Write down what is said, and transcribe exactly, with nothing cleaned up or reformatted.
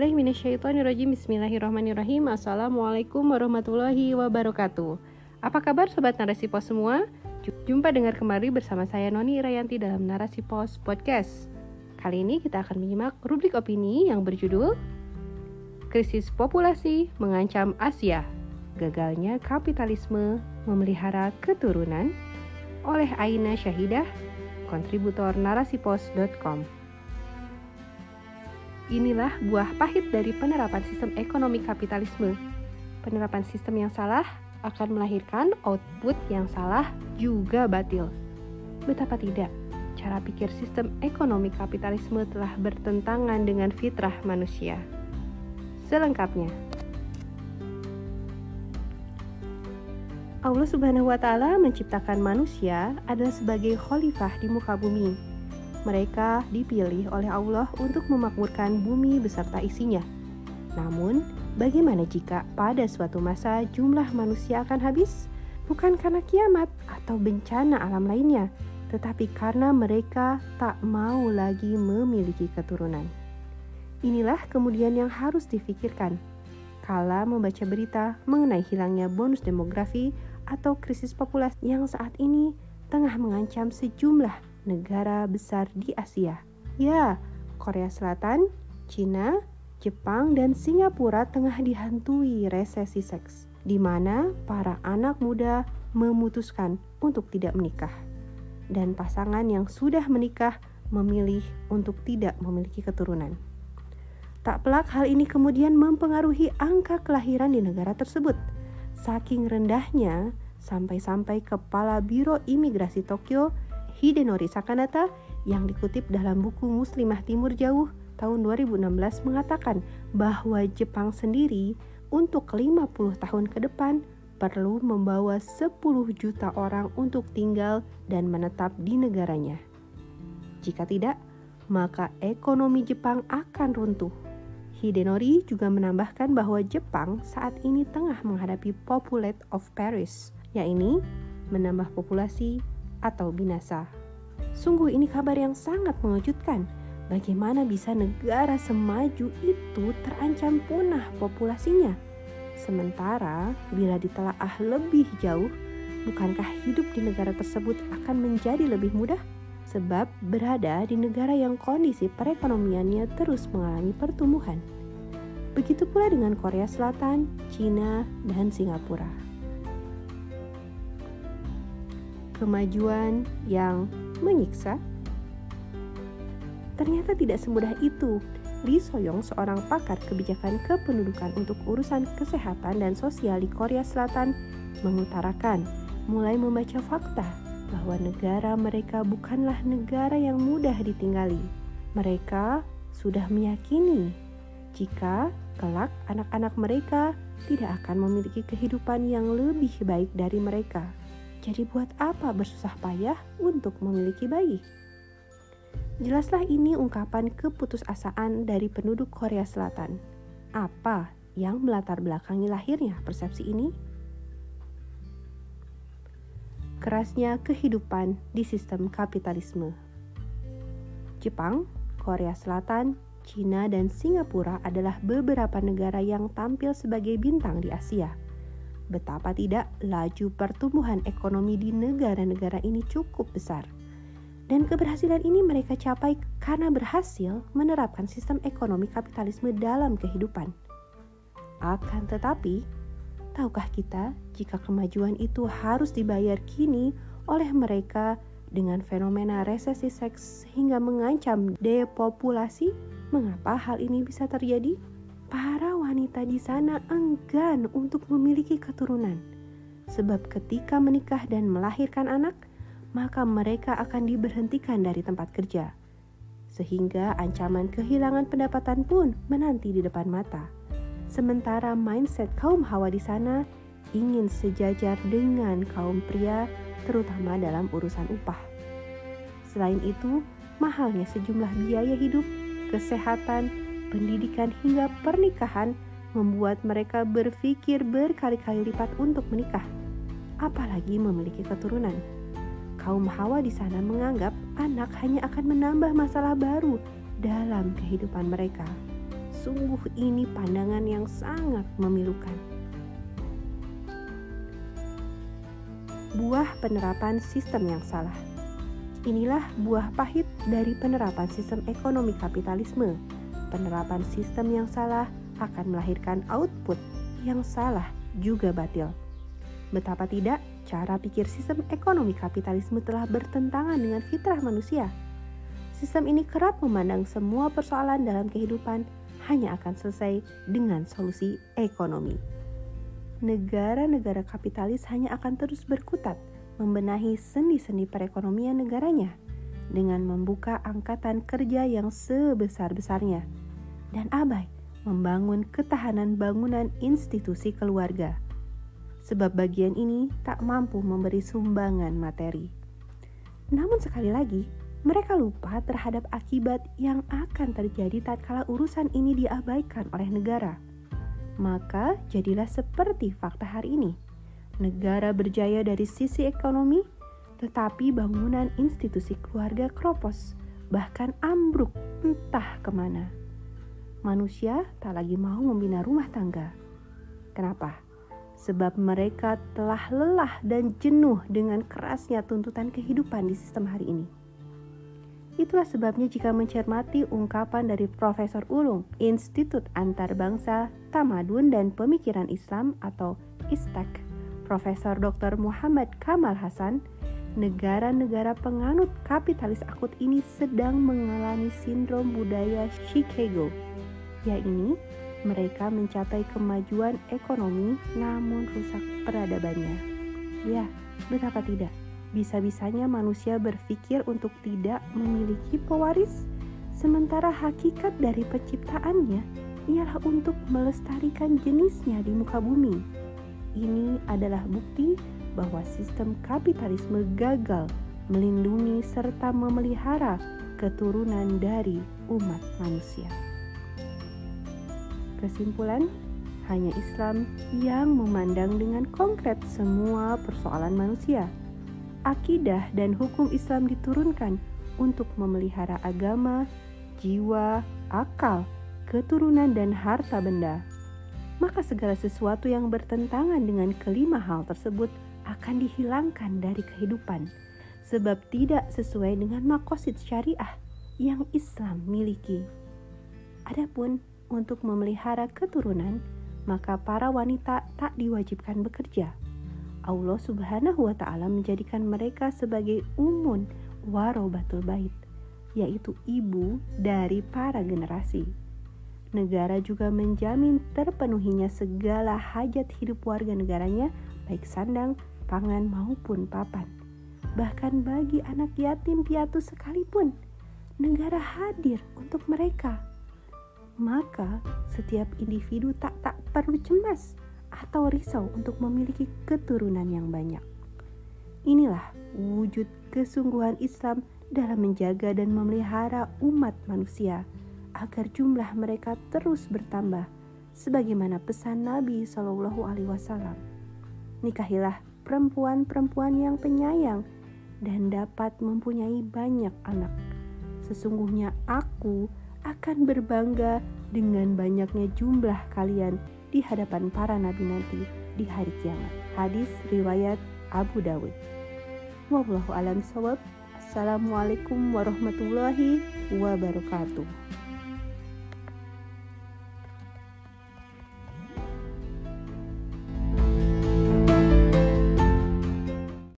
A'udzubillahi minasyaitonirrajim. Bismillahirrahmanirrahim. Assalamualaikum warahmatullahi wabarakatuh. Apa kabar Sobat Narasi Pos semua? Jumpa dengar kembali bersama saya Noni Irayanti dalam Narasi Pos Podcast. Kali ini kita akan menyimak rubrik opini yang berjudul Krisis Populasi Mengancam Asia, Gagalnya Kapitalisme Memelihara Keturunan oleh Aina Syahidah, kontributor narasipos dot com. Inilah buah pahit dari penerapan sistem ekonomi kapitalisme. Penerapan sistem yang salah akan melahirkan output yang salah juga batil. Betapa tidak, cara pikir sistem ekonomi kapitalisme telah bertentangan dengan fitrah manusia. Selengkapnya. Allah Subhanahu wa Ta'ala menciptakan manusia adalah sebagai khalifah di muka bumi. Mereka dipilih oleh Allah untuk memakmurkan bumi beserta isinya. Namun, bagaimana jika pada suatu masa jumlah manusia akan habis? Bukan karena kiamat atau bencana alam lainnya, tetapi karena mereka tak mau lagi memiliki keturunan. Inilah kemudian yang harus difikirkan kala membaca berita mengenai hilangnya bonus demografi atau krisis populasi yang saat ini tengah mengancam sejumlah negara besar di Asia. Ya, Korea Selatan, Cina, Jepang, dan Singapura tengah dihantui resesi seks, di mana para anak muda memutuskan untuk tidak menikah. Dan pasangan yang sudah menikah memilih untuk tidak memiliki keturunan. Tak pelak hal ini kemudian mempengaruhi angka kelahiran di negara tersebut. Saking rendahnya, sampai-sampai Kepala Biro Imigrasi Tokyo, Hidenori Sakanata, yang dikutip dalam buku Muslimah Timur Jauh tahun dua ribu enam belas mengatakan bahwa Jepang sendiri untuk lima puluh tahun ke depan perlu membawa sepuluh juta orang untuk tinggal dan menetap di negaranya. Jika tidak, maka ekonomi Jepang akan runtuh. Hidenori juga menambahkan bahwa Jepang saat ini tengah menghadapi populate of Paris, yaitu menambah populasi atau binasa. Sungguh ini kabar yang sangat mengejutkan. Bagaimana bisa negara semaju itu terancam punah populasinya? Sementara bila ditelaah lebih jauh, bukankah hidup di negara tersebut akan menjadi lebih mudah? Sebab berada di negara yang kondisi perekonomiannya terus mengalami pertumbuhan. Begitu pula dengan Korea Selatan, Cina, dan Singapura. Kemajuan yang menyiksa? Ternyata tidak semudah itu. Lee Soyong, seorang pakar kebijakan kependudukan untuk urusan kesehatan dan sosial di Korea Selatan, mengutarakan mulai membaca fakta bahwa negara mereka bukanlah negara yang mudah ditinggali. Mereka sudah meyakini jika kelak anak-anak mereka tidak akan memiliki kehidupan yang lebih baik dari mereka. Jadi buat apa bersusah payah untuk memiliki bayi? Jelaslah ini ungkapan keputusasaan dari penduduk Korea Selatan. Apa yang melatar belakangi lahirnya persepsi ini? Kerasnya kehidupan di sistem kapitalisme. Jepang, Korea Selatan, Cina, dan Singapura adalah beberapa negara yang tampil sebagai bintang di Asia. Betapa tidak, laju pertumbuhan ekonomi di negara-negara ini cukup besar. Dan keberhasilan ini mereka capai karena berhasil menerapkan sistem ekonomi kapitalisme dalam kehidupan. Akan tetapi, tahukah kita jika kemajuan itu harus dibayar kini oleh mereka dengan fenomena resesi seks hingga mengancam depopulasi? Mengapa hal ini bisa terjadi? Para wanita di sana enggan untuk memiliki keturunan. Sebab ketika menikah dan melahirkan anak, maka mereka akan diberhentikan dari tempat kerja. Sehingga ancaman kehilangan pendapatan pun menanti di depan mata. Sementara mindset kaum Hawa di sana ingin sejajar dengan kaum pria, terutama dalam urusan upah. Selain itu, mahalnya sejumlah biaya hidup, kesehatan, pendidikan hingga pernikahan membuat mereka berpikir berkali-kali lipat untuk menikah, apalagi memiliki keturunan. Kaum Hawa di sana menganggap anak hanya akan menambah masalah baru dalam kehidupan mereka. Sungguh ini pandangan yang sangat memilukan. Buah penerapan sistem yang salah. Inilah buah pahit dari penerapan sistem ekonomi kapitalisme. Penerapan sistem yang salah akan melahirkan output yang salah juga batil. Betapa tidak, cara pikir sistem ekonomi kapitalisme telah bertentangan dengan fitrah manusia. Sistem ini kerap memandang semua persoalan dalam kehidupan hanya akan selesai dengan solusi ekonomi. Negara-negara kapitalis hanya akan terus berkutat membenahi sendi-sendi perekonomian negaranya dengan membuka angkatan kerja yang sebesar-besarnya dan abai membangun ketahanan bangunan institusi keluarga. Sebab bagian ini tak mampu memberi sumbangan materi. Namun sekali lagi, mereka lupa terhadap akibat yang akan terjadi tatkala urusan ini diabaikan oleh negara. Maka jadilah seperti fakta hari ini. Negara berjaya dari sisi ekonomi, tetapi bangunan institusi keluarga keropos, bahkan ambruk entah kemana. Manusia tak lagi mau membina rumah tangga. Kenapa? Sebab mereka telah lelah dan jenuh dengan kerasnya tuntutan kehidupan di sistem hari ini. Itulah sebabnya jika mencermati ungkapan dari Profesor Ulung, Institut Antarbangsa Tamadun dan Pemikiran Islam atau I S T A K, Profesor Doktor Muhammad Kamal Hasan, negara-negara penganut kapitalis akut ini sedang mengalami sindrom budaya Chicago, yaitu mereka mencapai kemajuan ekonomi namun rusak peradabannya. Ya, betapa tidak, bisa-bisanya manusia berpikir untuk tidak memiliki pewaris, sementara hakikat dari penciptaannya ialah untuk melestarikan jenisnya di muka bumi. Ini adalah bukti bahwa sistem kapitalisme gagal melindungi serta memelihara keturunan dari umat manusia. Kesimpulan, hanya Islam yang memandang dengan konkret semua persoalan manusia. Akidah dan hukum Islam diturunkan untuk memelihara agama, jiwa, akal, keturunan dan harta benda. Maka segala sesuatu yang bertentangan dengan kelima hal tersebut akan dihilangkan dari kehidupan, sebab tidak sesuai dengan maqasid syariah yang Islam miliki. Adapun untuk memelihara keturunan, maka para wanita tak diwajibkan bekerja. Allah Subhanahu wa Ta'ala menjadikan mereka sebagai umun warobatul bait, yaitu ibu dari para generasi. Negara juga menjamin terpenuhinya segala hajat hidup warga negaranya, baik sandang, pangan maupun papan. Bahkan bagi anak yatim piatu sekalipun, negara hadir untuk mereka. Maka setiap individu tak tak perlu cemas atau risau untuk memiliki keturunan yang banyak. Inilah wujud kesungguhan Islam dalam menjaga dan memelihara umat manusia agar jumlah mereka terus bertambah, sebagaimana pesan Nabi Shallallahu Alaihi Wasallam. Nikahilah perempuan-perempuan yang penyayang dan dapat mempunyai banyak anak. Sesungguhnya aku akan berbangga dengan banyaknya jumlah kalian di hadapan para nabi nanti di hari kiamat. Hadis riwayat Abu Dawud. Wallahu a'lam bishawab. Assalamualaikum warahmatullahi wabarakatuh.